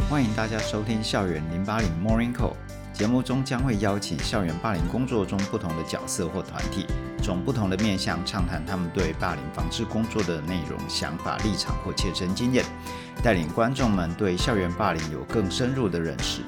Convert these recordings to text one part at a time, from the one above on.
欢迎大家收听校园080 Morning Call。节目中将会邀请校园霸凌工作中不同的角色或团体，从不同的面向畅谈他们对霸凌防治工作的内容、想法、立场或切身经验，带领观众们对校园霸凌有更深入的认识。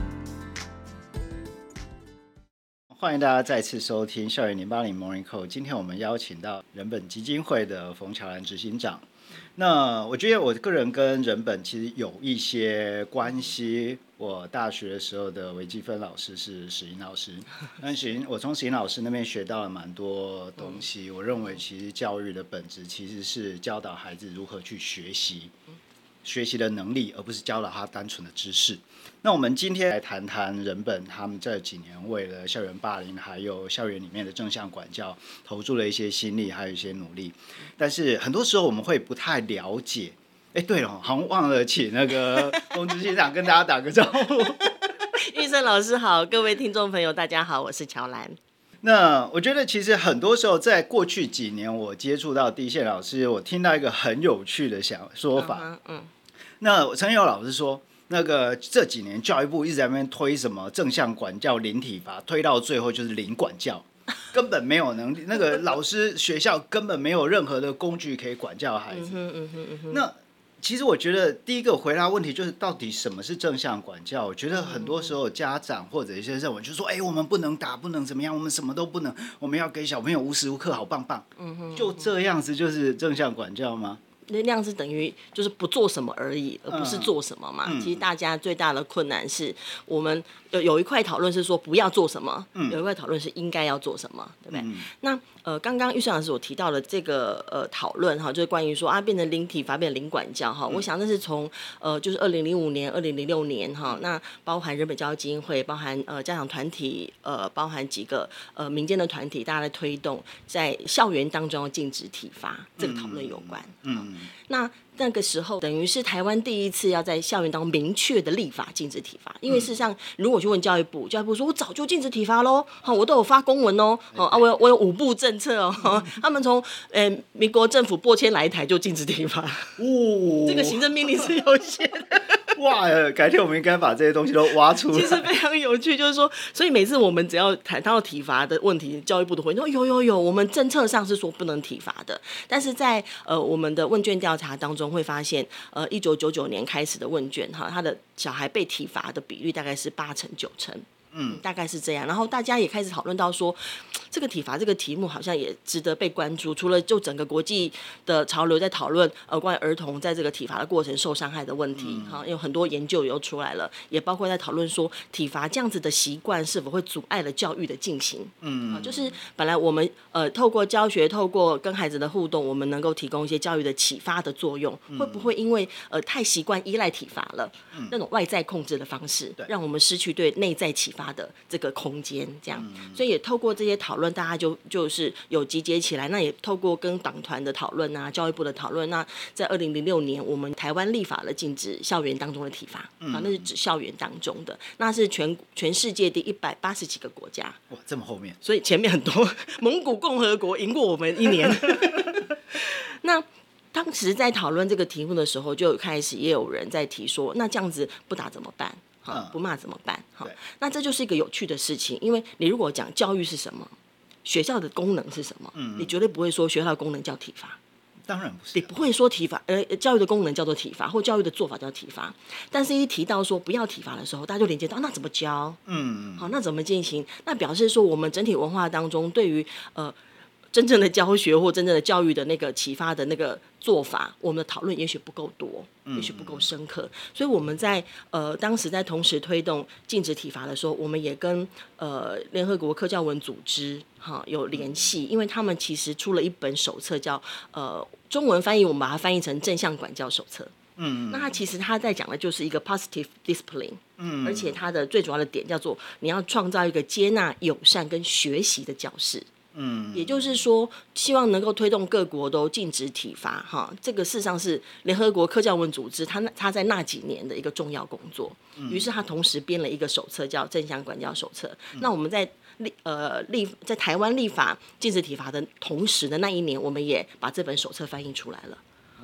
欢迎大家再次收听校园080 Morning Call。今天我们邀请到人本基金会的冯乔兰执行长。那我觉得我个人跟人本其实有一些关系。我大学的时候的微积分老师是史英老师，我从史英老师那边学到了蛮多东西。我认为其实教育的本质其实是教导孩子如何去学习的能力，而不是教导他单纯的知识。那我们今天来谈谈人本他们这几年为了校园霸凌还有校园里面的正向管教投注了一些心力还有一些努力，但是很多时候我们会不太了解。对了，好像忘了请那个龚执行长跟大家打个招呼。 玉生老师好，各位听众朋友大家好，我是乔兰。 那我觉得其实很多时候在过去几年我接触到第一线老师，我听到一个很有趣的说法。那陈友老师说，那个这几年教育部一直在那边推什么正向管教零体罚，推到最后就是零管教，根本没有能力，那个老师学校根本没有任何的工具可以管教孩子。那其实我觉得第一个回答问题就是到底什么是正向管教。我觉得很多时候家长或者一些认为就是说我们不能打，不能怎么样，我们什么都不能，我们要给小朋友无时无刻好棒棒。就这样子就是正向管教吗？ 那样是等于就是不做什么而已，而不是做什么嘛。其实大家最大的困难是我们有一块讨论是说不要做什么，有一块讨论是应该要做什么，对不对？那刚刚玉生老师我提到的这个讨论哈，就是关于说变成零体罚变成零管教哈，我想那是从就是2005年、2006年哈，那包含人本教育基金会，包含家长团体，包含几个民间的团体，大家在推动在校园当中要禁止体罚这个讨论有关。那个时候等于是台湾第一次要在校园当中明确的立法禁止体罚，因为事实上如果去问教育部说我早就禁止体罚咯，我都有发公文哦，我有5部政策哦，他们从民国政府拨迁来台就禁止体罚，这个行政命令是有写的。 哇，改天我们应该把这些东西都挖出来。 其实非常有趣，就是说，所以每次我们只要谈到体罚的问题，教育部的回应说有，我们政策上是说不能体罚的，但是在我们的问卷调查当中会发现，1999年开始的问卷哈，他的小孩被体罚的比率大概是8成9成。大概是这样，然后大家也开始讨论到说，这个体罚这个题目好像也值得被关注。除了就整个国际的潮流在讨论关于儿童在这个体罚的过程受伤害的问题，有很多研究又出来了，也包括在讨论说体罚这样子的习惯是否会阻碍了教育的进行。就是本来我们透过教学，透过跟孩子的互动，我们能够提供一些教育的启发的作用，会不会因为太习惯依赖体罚了，那种外在控制的方式，让我们失去对内在启发的这个空间，这样，所以也透过这些讨论，大家就是有集结起来。那也透过跟党团的讨论啊，教育部的讨论。那在2006年，我们台湾立法了禁止校园当中的体罚，那是指校园当中的，那是全世界第180几个国家。 哇，这么后面， 所以前面很多蒙古共和国赢过我们1年。那当时在讨论这个题目的时候，就开始也有人在提说，那这样子不打怎么办？不骂怎么办？那这就是一个有趣的事情，因为你如果讲教育是什么，学校的功能是什么，你绝对不会说学校的功能叫体罚， 当然不是， 你不会说体罚，教育的功能叫做体罚，或教育的做法叫体罚。但是一提到说不要体罚的时候，大家就连接到那怎么教？好，那怎么进行？那表示说我们整体文化当中对于真正的教学或真正的教育的那个启发的那个做法，我们的讨论也许不够多，也许不够深刻。所以我们在当时在同时推动禁止体罚的时候，我们也跟联合国科教文组织有联系，因为他们其实出了一本手册叫中文翻译我们把它翻译成正向管教手册。那它其实它在讲的就是一个 positive discipline，而且它的最主要的点叫做你要创造一个接纳、友善跟学习的教室。也就是说，希望能够推动各国都禁止体罚哈，这个事实上是联合国科教文组织他在那几年的一个重要工作。于是他同时编了一个手册叫《正向管教手册》。那我们在在台湾立法禁止体罚的同时的那一年，我们也把这本手册翻译出来了。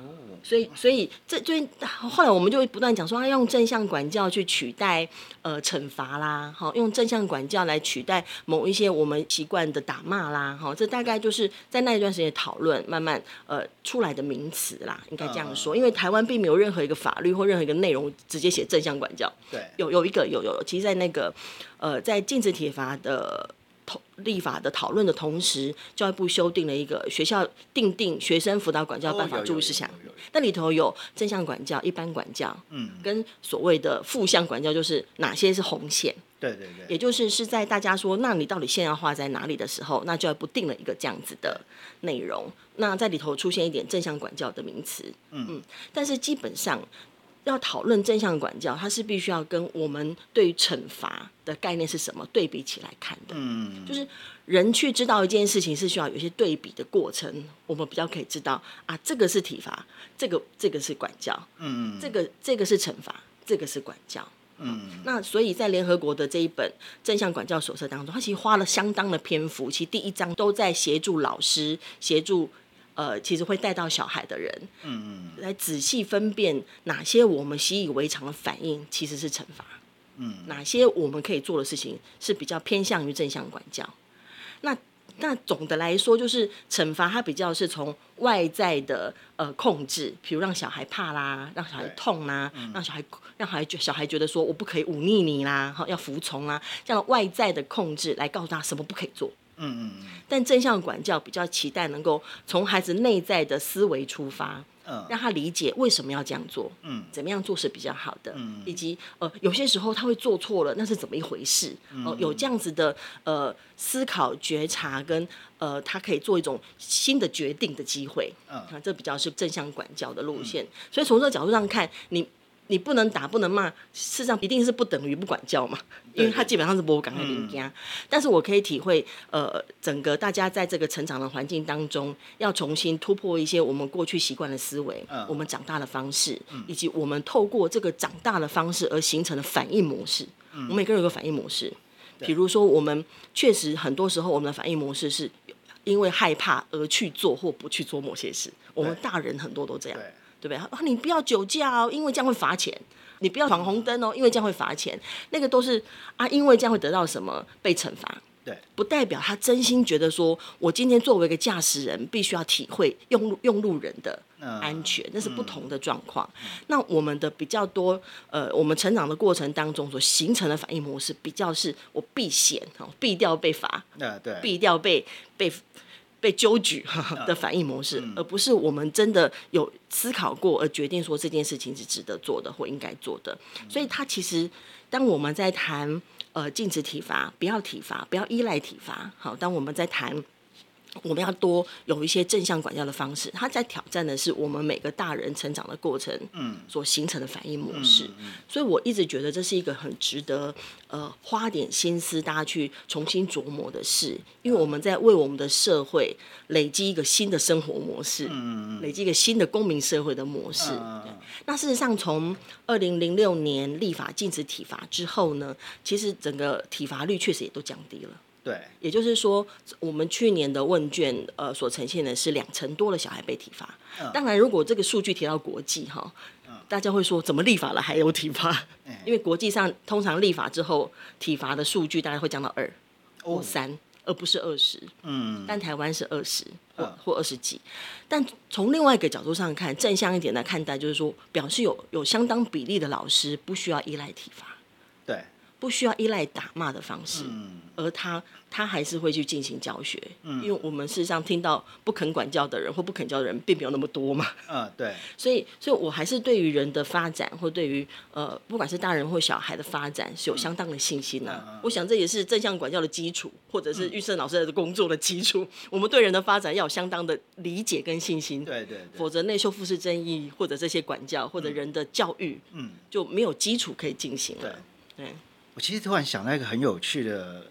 所以这就后来我们就不断讲说，要用正向管教去取代惩罚啦，用正向管教来取代某一些我们习惯的打骂啦，这大概就是在那一段时间讨论慢慢出来的名词啦，应该这样说。因为台湾并没有任何一个法律或任何一个内容直接写正向管教， 对， 有一个有，其实在那个在禁止体罚的立法的讨论的同时，教育部修订了一个学校订定学生辅导管教办法注意事项，那里头有正向管教、一般管教，跟所谓的负向管教，就是哪些是红线。 对， 也就是在大家说，那你到底线要画在哪里的时候，那教育部定了一个这样子的内容，那在里头出现一点正向管教的名词，但是基本上要讨论正向管教，它是必须要跟我们对于惩罚的概念是什么对比起来看的。就是人去知道一件事情是需要有一些对比的过程，我们比较可以知道啊，这个是体罚，这个是管教，这个是惩罚，这个是管教。那所以在联合国的这一本正向管教手册当中，它其实花了相当的篇幅，其实第一章都在协助老师协助其实会带到小孩的人，来仔细分辨哪些我们习以为常的反应其实是惩罚，哪些我们可以做的事情是比较偏向于正向管教。那总的来说，就是惩罚它比较是从外在的控制，比如让小孩怕啦，让小孩痛啦，让小孩觉得说我不可以忤逆你啦，要服从啦，这样的外在的控制来告诉他什么不可以做。但正向管教比较期待能够从孩子内在的思维出发，让他理解为什么要这样做，怎么样做是比较好的，以及有些时候他会做错了，那是怎么一回事？有这样子的思考、觉察跟他可以做一种新的决定的机会，这比较是正向管教的路线。所以从这个角度上看，你不能打不能骂，事实上一定是不等于不管教嘛，因为他基本上是不敢的零家。但是我可以体会整个大家在这个成长的环境当中，要重新突破一些我们过去习惯的思维，我们长大的方式，以及我们透过这个长大的方式而形成的反应模式。我们每个人有个反应模式，比如说我们确实很多时候我们的反应模式是因为害怕而去做或不去做某些事，我们大人很多都这样，对不对？你不要酒驾哦，因为这样会罚钱。你不要闯红灯哦，因为这样会罚钱。那个都是因为这样会得到什么被惩罚。 对， 不代表他真心觉得说，我今天作为一个驾驶人，必须要体会用路人的安全，那是不同的状况。那我们的比较多，我们成长的过程当中所形成的反应模式，比较是我避险，避掉被罚， 对， 避掉被纠举的反应模式，而不是我们真的有思考过而决定说这件事情是值得做的或应该做的。所以它其实当我们在谈禁止体罚，不要体罚，不要依赖体罚，好，当我们在谈我们要多有一些正向管教的方式，它在挑战的是我们每个大人成长的过程所形成的反应模式。所以我一直觉得这是一个很值得花点心思大家去重新琢磨的事，因为我们在为我们的社会累积一个新的生活模式，累积一个新的公民社会的模式。那事实上从2006年立法禁止体罚之后呢，其实整个体罚率确实也都降低了。 对， 也就是说，我们去年的问卷所呈现的是2成多的小孩被体罚。当然，如果这个数据提到国际大家会说怎么立法了还有体罚？因为国际上通常立法之后体罚的数据大概会降到2或3，而不是20。但台湾是20或20几。但从另外一个角度上看，正向一点来看待，就是说表示有相当比例的老师不需要依赖体罚。 对。 不需要依赖打骂的方式，而他还是会去进行教学，因为我们事实上听到不肯管教的人或不肯教的人并没有那么多嘛。 对。 所以我还是对于人的发展，或对于不管是大人或小孩的发展是有相当的信心我想这也是正向管教的基础，或者是玉胜老师的工作的基础。我们对人的发展要有相当的理解跟信心， 对， 否则内修复式正义或者这些管教或者人的教育，就没有基础可以进行了。对。 我其实突然想到一个很有趣的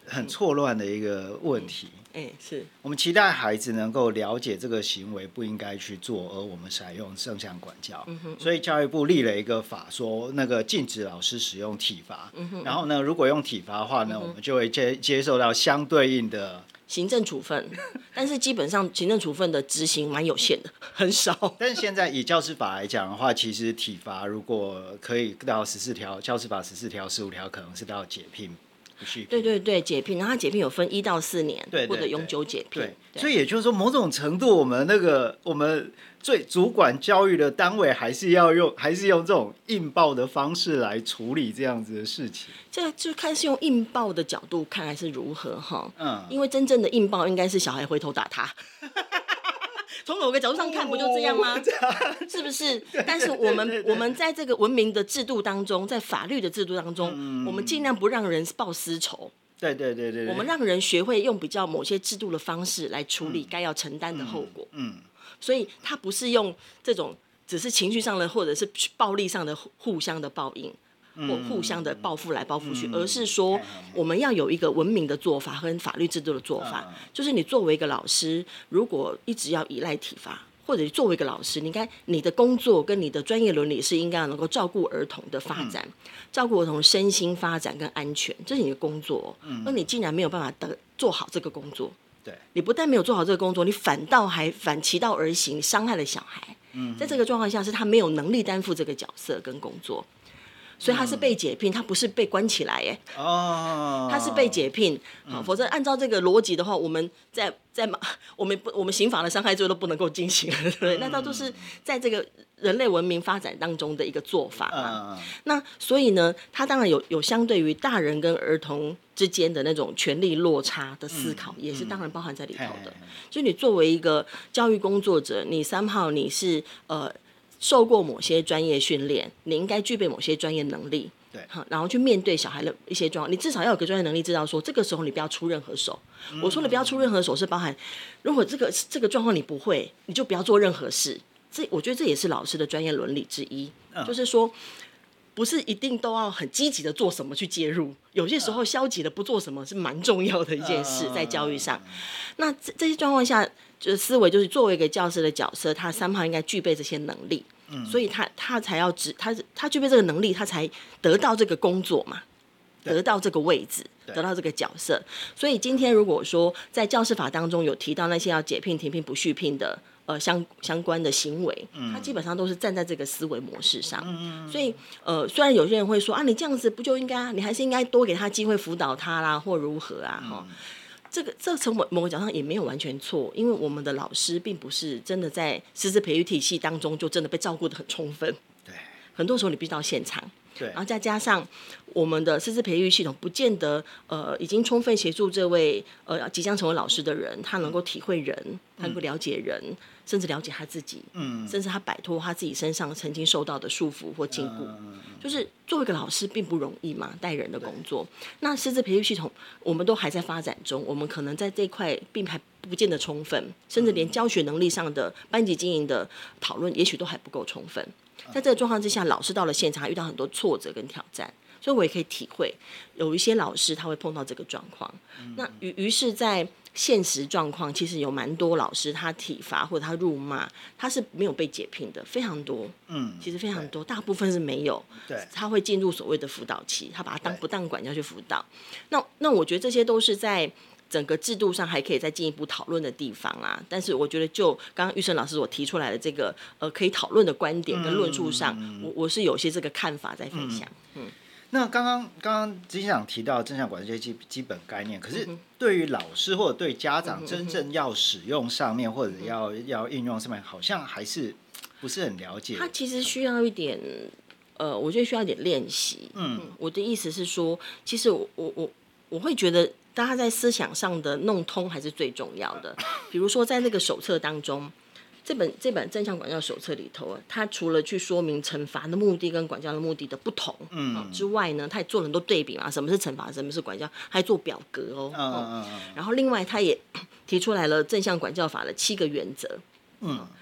很错乱的一个问题。 是我们期待孩子能够了解这个行为不应该去做，而我们采用正向管教。所以教育部立了一个法，说那个禁止老师使用体罚。然后呢，如果用体罚的话呢，我们就会接受到相对应的行政处分，但是基本上行政处分的执行蛮有限的，很少。 但是现在以教师法来讲的话，其实体罚如果可以到14条，教师法14条、15条可能是到解聘。 对对对，解聘，然后他解聘有分1到4年， 对或者永久解聘。 对，所以也就是说，某种程度，我们最主管教育的单位还是用这种硬报的方式来处理这样子的事情。 这就看是用硬报的角度看还是如何哈。因为真正的硬报应该是小孩回头打他。从某个角度上看，不就这样吗？是不是？但是我们在这个文明的制度当中，在法律的制度当中，我们尽量不让人报私仇。 对， 我们让人学会用比较某些制度的方式来处理该要承担的后果。所以他不是用这种只是情绪上的或者是暴力上的互相的报应。或互相的报复来报复去，而是说我们要有一个文明的做法和法律制度的做法。就是你作为一个老师，如果一直要依赖体罚，或者作为一个老师，你的工作跟你的专业伦理是应该能够照顾儿童的发展，照顾儿童身心发展跟安全，这是你的工作。而你竟然没有办法做好这个工作，你不但没有做好这个工作，你反其道而行，你伤害了小孩。在这个状况下，是他没有能力担负这个角色跟工作。所以他是被解聘，他不是被关起来耶。他是被解聘。否则按照这个逻辑的话，我们我们刑法的伤害罪都不能够进行了，对不对？那都是在这个人类文明发展当中的一个做法嘛。那所以呢，他当然有相对于大人跟儿童之间的那种权力落差的思考，也是当然包含在里头的。就你作为一个教育工作者，你somehow你是受过某些专业训练，你应该具备某些专业能力，然后去面对小孩的一些状况，你至少要有个专业能力，知道说这个时候你不要出任何手。我说的不要出任何手是包含，如果这个状况你不会，你就不要做任何事。我觉得这也是老师的专业伦理之一，就是说不是一定都要很积极的做什么去介入，有些时候消极的不做什么是蛮重要的一件事，在教育上。那这些状况下，就是思维就是作为一个教师的角色，他somehow应该具备这些能力。所以他才要他具备这个能力，他才得到这个工作嘛，得到这个位置，得到这个角色。所以今天如果说在教师法当中有提到那些要解聘、停聘、不续聘的相关的行为，他基本上都是站在这个思维模式上。所以虽然有些人会说你这样子不就应该，你还是应该多给他机会辅导他啦，或如何啊。这从某个角度上也没有完全错，因为我们的老师并不是真的在师资培育体系当中就真的被照顾得很充分。很多时候你必须到现场。然后再加上我们的师资培育系统不见得已经充分协助这位即将成为老师的人，他能够体会人，他能够了解人，甚至了解他自己，甚至他摆脱他自己身上曾经受到的束缚或禁锢。就是作为一个老师并不容易嘛，带人的工作。那师资培育系统我们都还在发展中，我们可能在这一块并还不见得充分，甚至连教学能力上的班级经营的讨论也许都还不够充分。在这个状况之下，老师到了现场遇到很多挫折跟挑战，所以我也可以体会有一些老师他会碰到这个状况。那于是在现实状况，其实有蛮多老师他体罚或者他辱骂，他是没有被解聘的，非常多。其实非常多，大部分是没有。他会进入所谓的辅导期，他把他当不当管教去辅导。那我觉得这些都是在整个制度上还可以再进一步讨论的地方啦。但是我觉得就刚刚玉生老师所提出来的这个可以讨论的观点跟论述上，我是有些这个看法在分享。 那刚刚执行长提到正向管教这些基本概念，可是对于老师或者对家长真正要使用上面或者要应用上面，好像还是不是很了解。 他其实需要一点我觉得需要一点练习。我的意思是说，其实我会觉得大家在思想上的弄通还是最重要的。比如说在那个手册当中，这本正向管教手册里头，它除了去说明惩罚的目的跟管教的目的的不同之外呢，它也做了很多对比嘛，什么是惩罚，什么是管教，还做表格然后另外它也提出来了正向管教法的7个原则。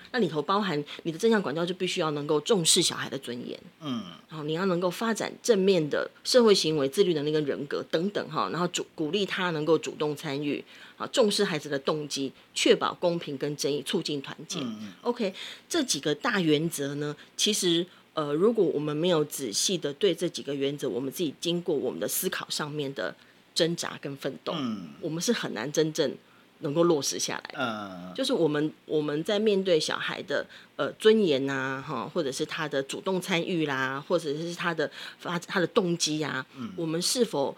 那里头包含你的正向管教就必须要能够重视小孩的尊严，然后你要能够发展正面的社会行为、自律能力跟人格等等哈，然后鼓励他能够主动参与，重视孩子的动机，确保公平跟正义，促进团结。OK， 这几个大原则呢，其实如果我们没有仔细的对这几个原则，我们自己经过我们的思考上面的挣扎跟奋斗，我们是很难真正能够落实下来的。就是我们在面对小孩的尊严啊，或者是他的主动参与啦，或者是他的动机啊，我们是否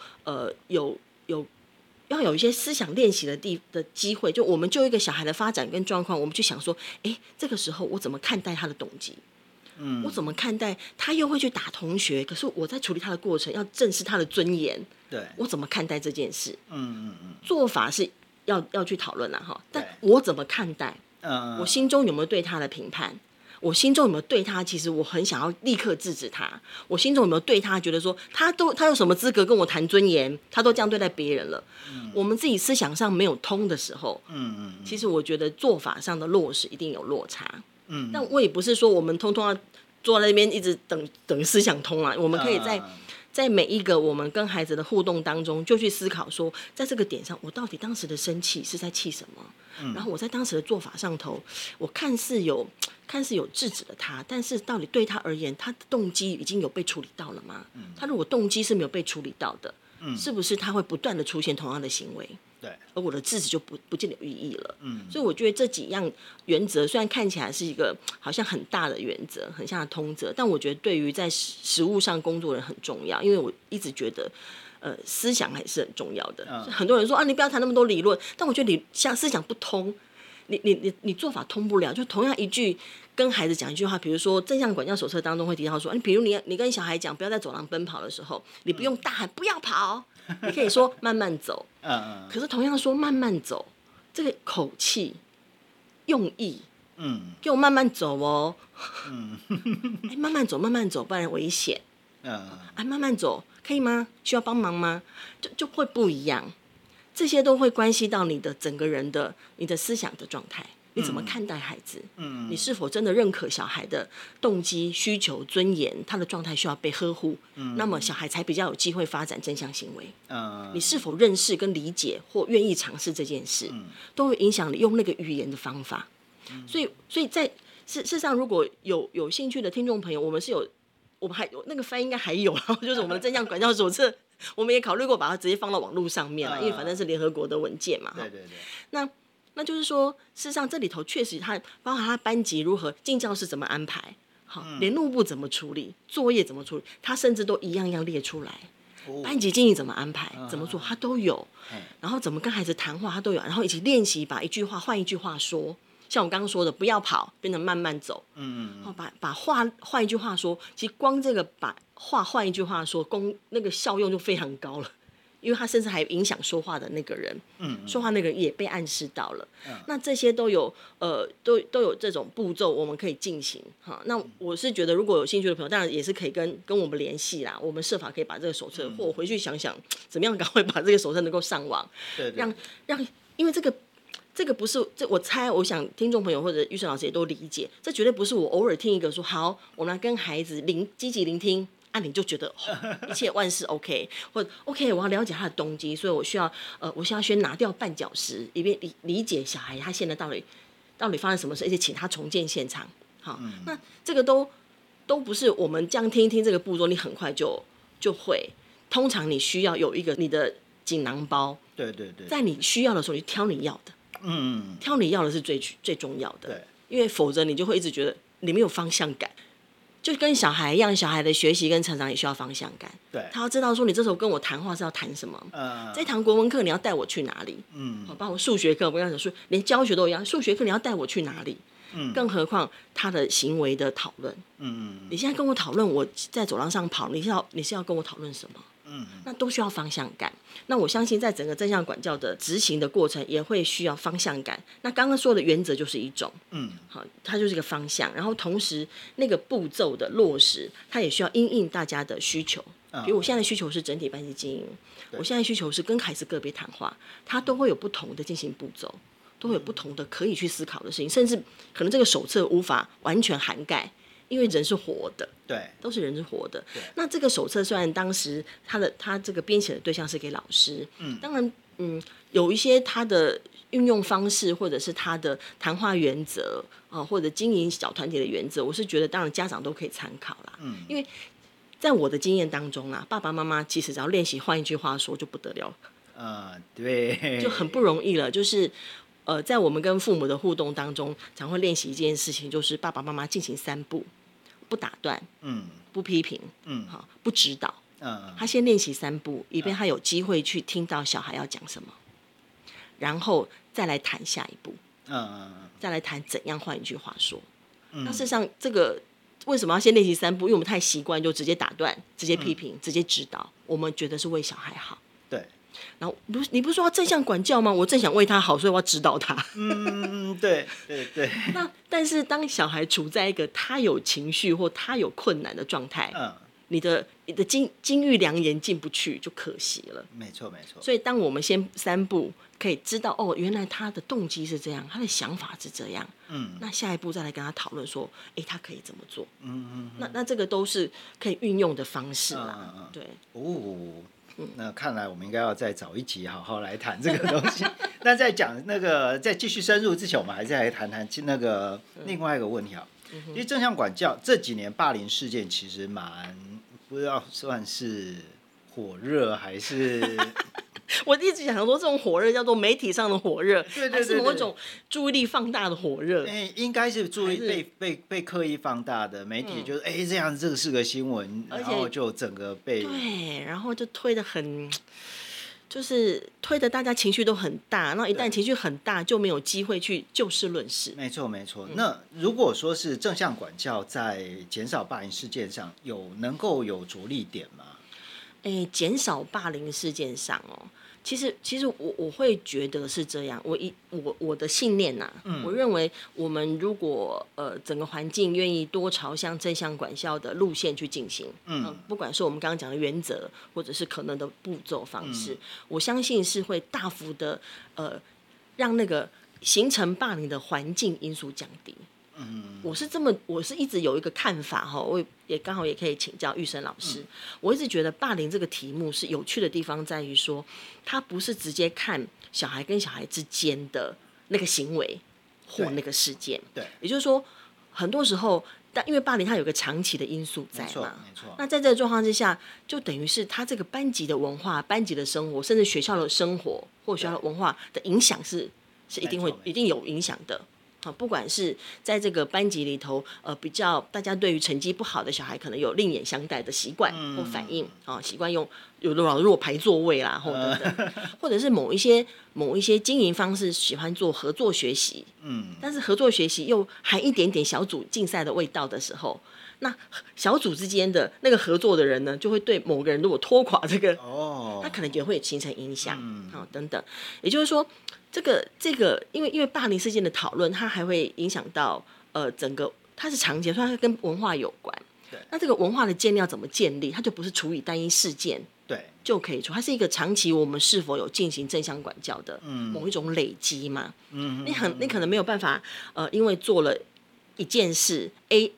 要有一些思想练习的机会，就我们就一个小孩的发展跟状况，我们就想说，这个时候我怎么看待他的动机？我怎么看待他又会去打同学？可是我在处理他的过程要正视他的尊严， 对， 我怎么看待这件事？做法是要去讨论啦哈，但我怎么看待？我心中有没有对他的评判？我心中有没有对他？其实我很想要立刻制止他。我心中有没有对他觉得说，他有什么资格跟我谈尊严？他都这样对待别人了。我们自己思想上没有通的时候，其实我觉得做法上的落实一定有落差。但我也不是说我们通通要坐在那边一直等思想通啊。我们可以在每一个我们跟孩子的互动当中，就去思考说，在这个点上，我到底当时的生气是在气什么？然后我在当时的做法上头，我看似有制止了他，但是到底对他而言，他的动机已经有被处理到了吗？他如果动机是没有被处理到的，是不是他会不断的出现同样的行为？ 对， 而我的制止就不见得有意义了。所以我觉得这几样原则虽然看起来是一个好像很大的原则，很像通则，但我觉得对于在实务上工作的人很重要，因为我一直觉得思想还是很重要的。很多人说你不要谈那么多理论，但我觉得像思想不通，你做法通不了。就同样一句跟孩子讲一句话，比如说正向管教手册当中会提到说，比如你跟小孩讲不要在走廊奔跑的时候，你不用大喊不要跑，你可以说慢慢走。可是同样说慢慢走，这个口气用意，给我慢慢走哦。慢慢走慢慢走，不然危险。慢慢走可以吗？需要帮忙吗？就会不一样。这些都会关系到你的整个人的你的思想的状态，你怎么看待孩子？你是否真的认可小孩的动机、需求、尊严，他的状态需要被呵护？那么小孩才比较有机会发展正向行为。你是否认识跟理解或愿意尝试这件事，都会影响你用那个语言的方法。所以在事实上，如果有兴趣的听众朋友，我们还有那个翻译应该还有，就是我们的正向管教手册。我们也考虑过把它直接放到网络上面因为反正是联合国的文件嘛。 对。 那就是说，事实上这里头确实它包含他班级如何进教室怎么安排，联络部怎么处理，作业怎么处理，他甚至都一样样列出来。班级经营怎么安排，怎么做，他都有。然后怎么跟孩子谈话，他都有。然后一起练习把一句话换一句话说。像我刚刚说的，不要跑，变成慢慢走。把话换一句话说，其实光这个把话换一句话说，那个效用就非常高了，因为他甚至还影响说话的那个人。说话那个人也被暗示到了。那这些都有都有这种步骤，我们可以进行。那我是觉得，如果有兴趣的朋友，当然也是可以跟我们联系啦。我们设法可以把这个手册，或我回去想想怎么样赶快把这个手册能够上网，让因为这个不是我想听众朋友或者玉顺老师也都理解，这绝对不是我偶尔听一个说好，我们来跟孩子积极聆听，你就觉得一切万事 OK， 或者 OK， 我要了解他的动机，所以我需要先拿掉绊脚石，以便理解小孩他现在到底发生什么事，而且请他重建现场。好，那这个都不是我们这样听一听这个步骤，你很快就会。通常你需要有一个你的锦囊包，对，在你需要的时候，你挑你要的。挑你要的是最重要的，因为否则你就会一直觉得你没有方向感，就跟小孩一样，小孩的学习跟成长也需要方向感。他要知道说你这时候跟我谈话是要谈什么，这堂国文课你要带我去哪里？包括数学课，不要讲连教学都一样，数学课你要带我去哪里？更何况他的行为的讨论。你现在跟我讨论我在走廊上跑，你是要跟我讨论什么？那都需要方向感。那我相信在整个正向管教的执行的过程也会需要方向感。那刚刚说的原则就是一种，好，它就是一个方向，然后同时那个步骤的落实，它也需要因应大家的需求。比如我现在的需求是整体班级经营，我现在的需求是跟孩子个别谈话，它都会有不同的进行步骤。 都会有不同的可以去思考的事情，甚至可能这个手册无法完全涵盖，因为人是活的， 对， 都是人是活的。那这个手册虽然当时他这个编写的对象是给老师，当然有一些他的运用方式，或者是他的谈话原则或者经营小团体的原则，我是觉得当然家长都可以参考啦。因为在我的经验当中啊，爸爸妈妈其实只要练习换一句话说就不得了了。 对， 就很不容易了。就是在我们跟父母的互动当中，常会练习一件事情，就是爸爸妈妈进行3步：不打断，不批评，不指导。他先练习3步，以便他有机会去听到小孩要讲什么，然后再来谈下一步，再来谈怎样换一句话说。那事实上，这个为什么要先练习3步？因为我们太习惯就直接打断、直接批评、直接指导，我们觉得是为小孩好。 对。 然后你不是说要正向管教吗？我正想为他好，所以我要指导他。 对。 那但是当小孩处在一个他有情绪或他有困难的状态，你的金玉良言进不去，就可惜了。 没错。 所以当我们先3步可以知道原来他的动机是这样，他的想法是这样，那下一步再来跟他讨论说，他可以怎么做？那这个都是可以运用的方式啦。对。 那看来我们应该要再找一集好好来谈这个东西。那在讲在继续深入之前，我们还是来谈谈另外一个问题。其实正向管教这几年霸凌事件其实不知道算是火热还是我一直想说这种火热叫做媒体上的火热， 对， 还是某一种注意力放大的火热？ 应该是注意被刻意放大的媒体，就是这样子，这个是个新闻，然后就整个被对，然后就推得很，就是推得大家情绪都很大，然后一旦情绪很大，就没有机会去就事论事。 没错。那如果说是正向管教在减少霸凌事件上能够有着力点吗？ 减少霸凌事件上其实我会觉得是这样。我的信念我认为我们如果整个环境愿意多朝向正向管教的路线去进行，不管是我们刚刚讲的原则，或者是可能的步骤方式，我相信是会大幅的让那个形成霸凌的环境因素降低。我是一直有一个看法我也刚好也可以请教玉生老师。我一直觉得霸凌这个题目是有趣的地方在于说，它不是直接看小孩跟小孩之间的那个行为或那个事件。 对， 也就是说，很多时候，因为霸凌它有个长期的因素在嘛， 没错。 那在这个状况之下，就等于是他这个班级的文化、班级的生活，甚至学校的生活或学校的文化的影响是一定有影响的。不管是在这个班级里头，比较大家对于成绩不好的小孩，可能有另眼相待的习惯或反应习惯有的老弱排座位啦，或者是某一些经营方式喜欢做合作学习，但是合作学习又含一点点小组竞赛的味道的时候，那小组之间的那个合作的人呢，就会对某个人如果拖垮这个，他可能也会形成影响等等。也就是说，这个，因为霸凌事件的讨论，它还会影响到整个，它是长期，所以它跟文化有关。那这个文化的建立要怎么建立？它就不是处理单一事件就可以处，它是一个长期我们是否有进行正向管教的某一种累积嘛。你可能没有办法因为做了一件事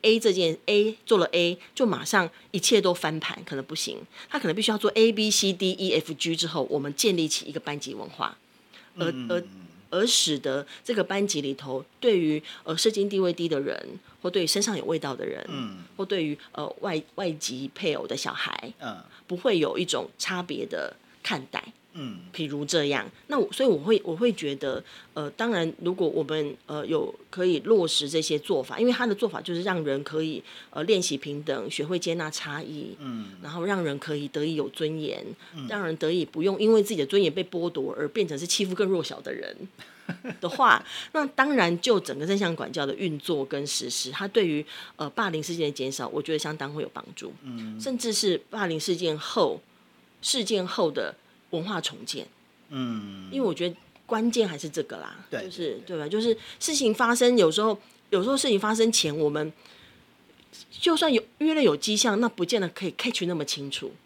A 做了 A 就马上一切都翻盘，可能不行。他可能必须要做 ABCDEFG 之后，我们建立起一个班级文化，而使得这个班级里头，对于社经地位低的人，或对于身上有味道的人，或对于外籍配偶的小孩，不会有一种差别的看待。譬如这样，所以我会觉得，当然，如果我们有可以落实这些做法，因为他的做法就是让人可以练习平等，学会接纳差异，然后让人可以得以有尊严，让人得以不用因为自己的尊严被剥夺而变成是欺负更弱小的人的话，那当然就整个正向管教的运作跟实施，它对于霸凌事件的减少，我觉得相当会有帮助，甚至是霸凌事件后的文化重建，因为我觉得关键还是这个啦，就是对吧？就是事情发生，有时候事情发生前，我们就算有约了有迹象，那不见得可以 catch 那么清楚。 对，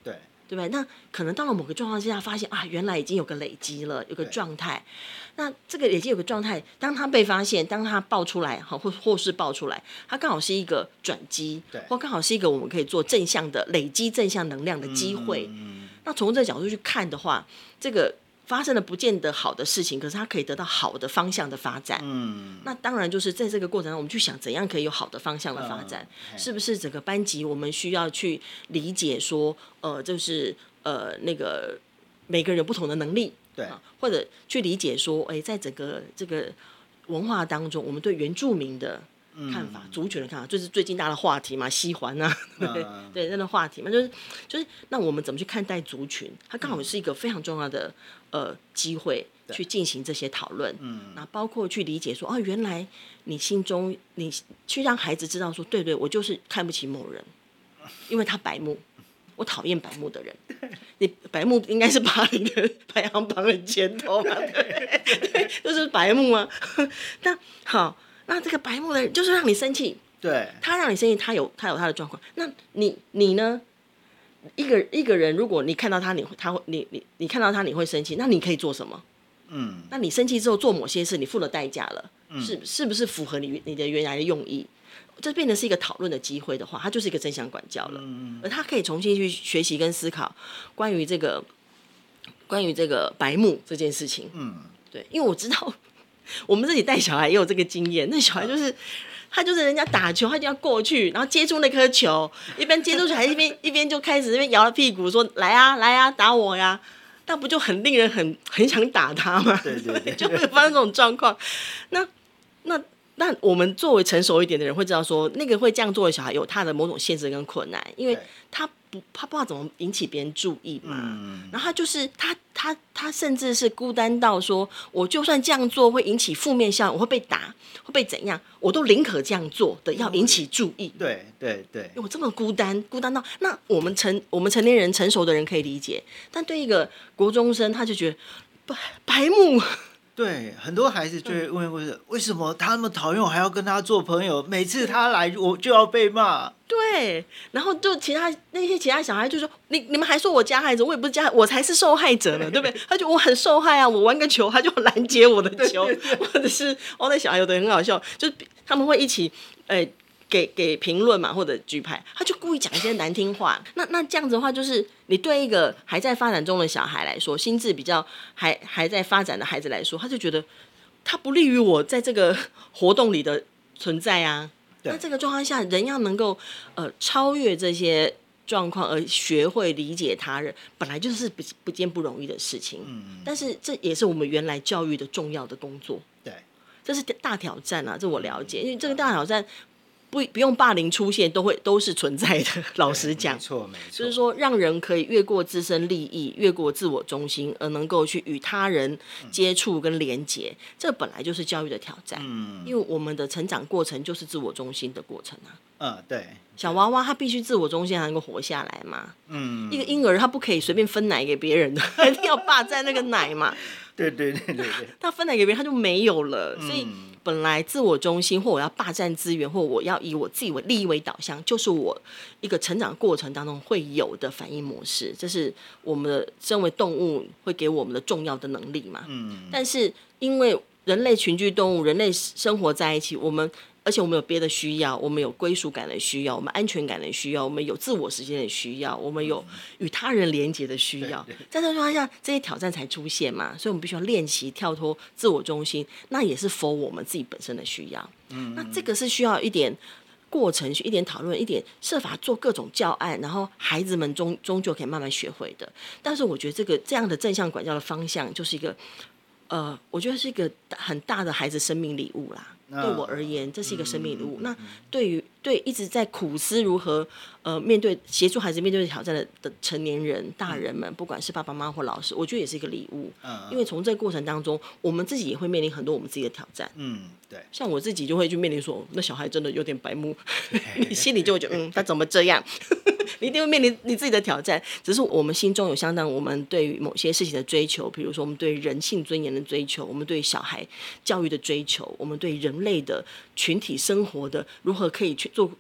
对不对？那可能到了某个状况之下，发现啊，原来已经有个累积了，有个状态。那这个累积有个状态，当它被发现，当它爆出来，或是爆出来，它刚好是一个转机，或刚好是一个我们可以做正向的累积正向能量的机会。那从这个角度去看的话，这个发生了不见得好的事情，可是它可以得到好的方向的发展。那当然就是在这个过程中，我们去想怎样可以有好的方向的发展，是不是整个班级我们需要去理解说，就是那个每个人有不同的能力， 对， 或者去理解说，在整个这个文化当中，我们对原住民的看法、族群的看法，就是最近大的话题嘛，西环啊，对，那个话题嘛，就是那我们怎么去看待族群？它刚好是一个非常重要的机会去进行这些讨论。那包括去理解说，原来你心中你去让孩子知道说，对，我就是看不起某人，因为他白目。我讨厌白目的人，你白目应该是巴黎的排行榜很前头嘛，对，就是白目啊。那好，那这个白目的人就是让你生气， 对， 他让你生气，他有他的状况。那你呢？一个人，如果你看到他，你看到他你会生气，那你可以做什么？那你生气之后做某些事，你付了代价了，是不是符合你的原来的用意？这变成是一个讨论的机会的话，它就是一个正向管教了。而他可以重新去学习跟思考关于这个白目这件事情。对，因为我知道我们自己带小孩也有这个经验，那小孩就是他就是人家打球，他就要过去，然后接住那颗球，一边接住球，还一边就开始那边摇了屁股说来啊打我呀。那不就很令人很想打他吗？ 对， 就会发生这种状况。那我们作为成熟一点的人会知道说，那个会这样做的小孩有他的某种限制跟困难，因为他不知道怎么引起别人注意嘛。然后他就是他甚至是孤单到说，我就算这样做会引起负面效应，我会被打，会被怎样，我都宁可这样做的，要引起注意。 对， 我这么孤单到，那我们成年人成熟的人可以理解，但对一个国中生，他就觉得白目。 对，很多孩子就会问为什么他那么讨厌我，还要跟他做朋友？每次他来，我就要被骂。 对，然后就那些其他小孩就说：“你们还说我加害者，我也不是加害，我才是受害者呢，对不对？”他就我很受害啊，我玩个球，他就拦截我的球，或者是那小孩有的很好笑，就是他们会一起给评论嘛，或者举牌，他就故意讲一些难听话。那这样子的话，就是你对一个还在发展中的小孩来说，心智比较还在发展的孩子来说，他就觉得他不利于我在这个活动里的存在啊。那这个状况下，人要能够超越这些状况而学会理解他人，本来就是不件不容易的事情。但是这也是我们原来教育的重要的工作。 对， 这是大挑战啊，这我了解，因为这个大挑战。不用霸凌出现，都是存在的。老实讲， 没错， 就是说让人可以越过自身利益，越过自我中心，而能够去与他人接触跟连结，这本来就是教育的挑战。因为我们的成长过程就是自我中心的过程啊。 对。 小娃娃他必须自我中心才能够活下来嘛。一个婴儿他不可以随便分奶给别人的，一定要霸占那个奶嘛。 对， 他分奶给别人他就没有了，所以。本来自我中心，或我要霸占资源，或我要以我自己为利益为导向，就是我一个成长过程当中会有的反应模式，这是我们的身为动物会给我们的重要的能力嘛。但是因为人类群居动物，人类生活在一起，而且我们有别的需要，我们有归属感的需要，我们安全感的需要，我们有自我时间的需要，我们有与他人连结的需要。在这种状况下，这些挑战才出现嘛，所以我们必须要练习跳脱自我中心，那也是 for 我们自己本身的需要。那这个是需要一点过程，一点讨论，一点设法做各种教案，然后孩子们终究可以慢慢学会的。但是我觉得这样的正向管教的方向，就是一个我觉得是一个很大的孩子生命礼物啦。对我而言，这是一个生命礼物。那对一直在苦思如何面对协助孩子面对挑战的成年人大人们，不管是爸爸妈妈或老师，我觉得也是一个礼物。因为从这个过程当中，我们自己也会面临很多我们自己的挑战。 对， 像我自己就会去面临说，那小孩真的有点白目，你心里就会觉得他怎么这样？你一定会面临你自己的挑战。只是我们心中有相当我们对于某些事情的追求，比如说我们对人性尊严的追求，我们对小孩教育的追求，我们对人类的群体生活的如何可以去做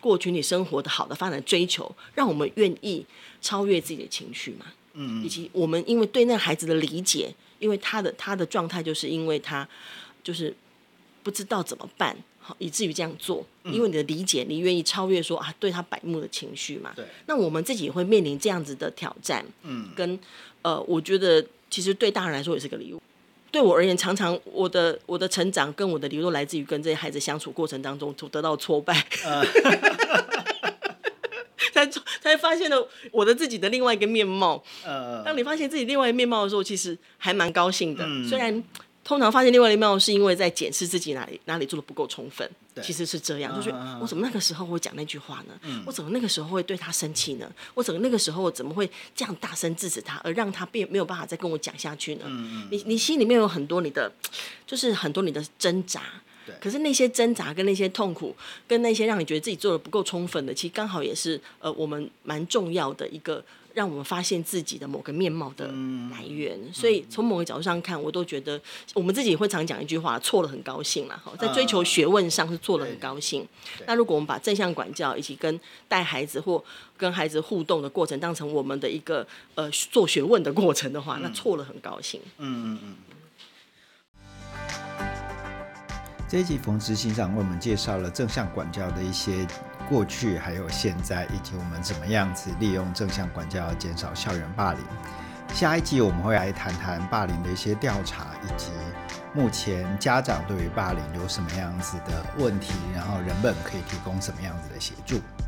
过群体生活的好的发展追求，让我们愿意超越自己的情绪嘛？以及我们因为对那个孩子的理解，因为他的状态就是因为他就是不知道怎么办，以至于这样做。因为你的理解，你愿意超越说对他百目的情绪嘛？ 对。 那我们自己也会面临这样子的挑战。跟我觉得其实对大人来说也是个礼物。对我而言，常常我的成长跟我的礼物都来自于跟这些孩子相处过程当中得到挫败。才发现了我的自己的另外一个面貌。当你发现自己另外一个面貌的时候，其实还蛮高兴的。虽然通常发现另外一个面貌是因为在检视自己哪里做的不够充分，其实是这样，就是我怎么那个时候会讲那句话呢？我怎么那个时候会对他生气呢？我怎么那个时候怎么会这样大声制止他，而让他没有办法再跟我讲下去呢？你心里面有很多就是很多你的挣扎。可是那些挣扎跟那些痛苦跟那些让你觉得自己做的不够充分的，其实刚好也是我们蛮重要的一个让我们发现自己的某个面貌的来源。所以从某个角度上看，我都觉得我们自己会常讲一句话，错了很高兴啦，在追求学问上是错了很高兴。那如果我们把正向管教以及跟带孩子或跟孩子互动的过程当成我们的一个做学问的过程的话，那错了很高兴。 这一集冯执行长为我们介绍了正向管教的一些过去还有现在，以及我们怎么样子利用正向管教减少校园霸凌。下一集我们会来谈谈霸凌的一些调查，以及目前家长对于霸凌有什么样子的问题，然后人本可以提供什么样子的协助。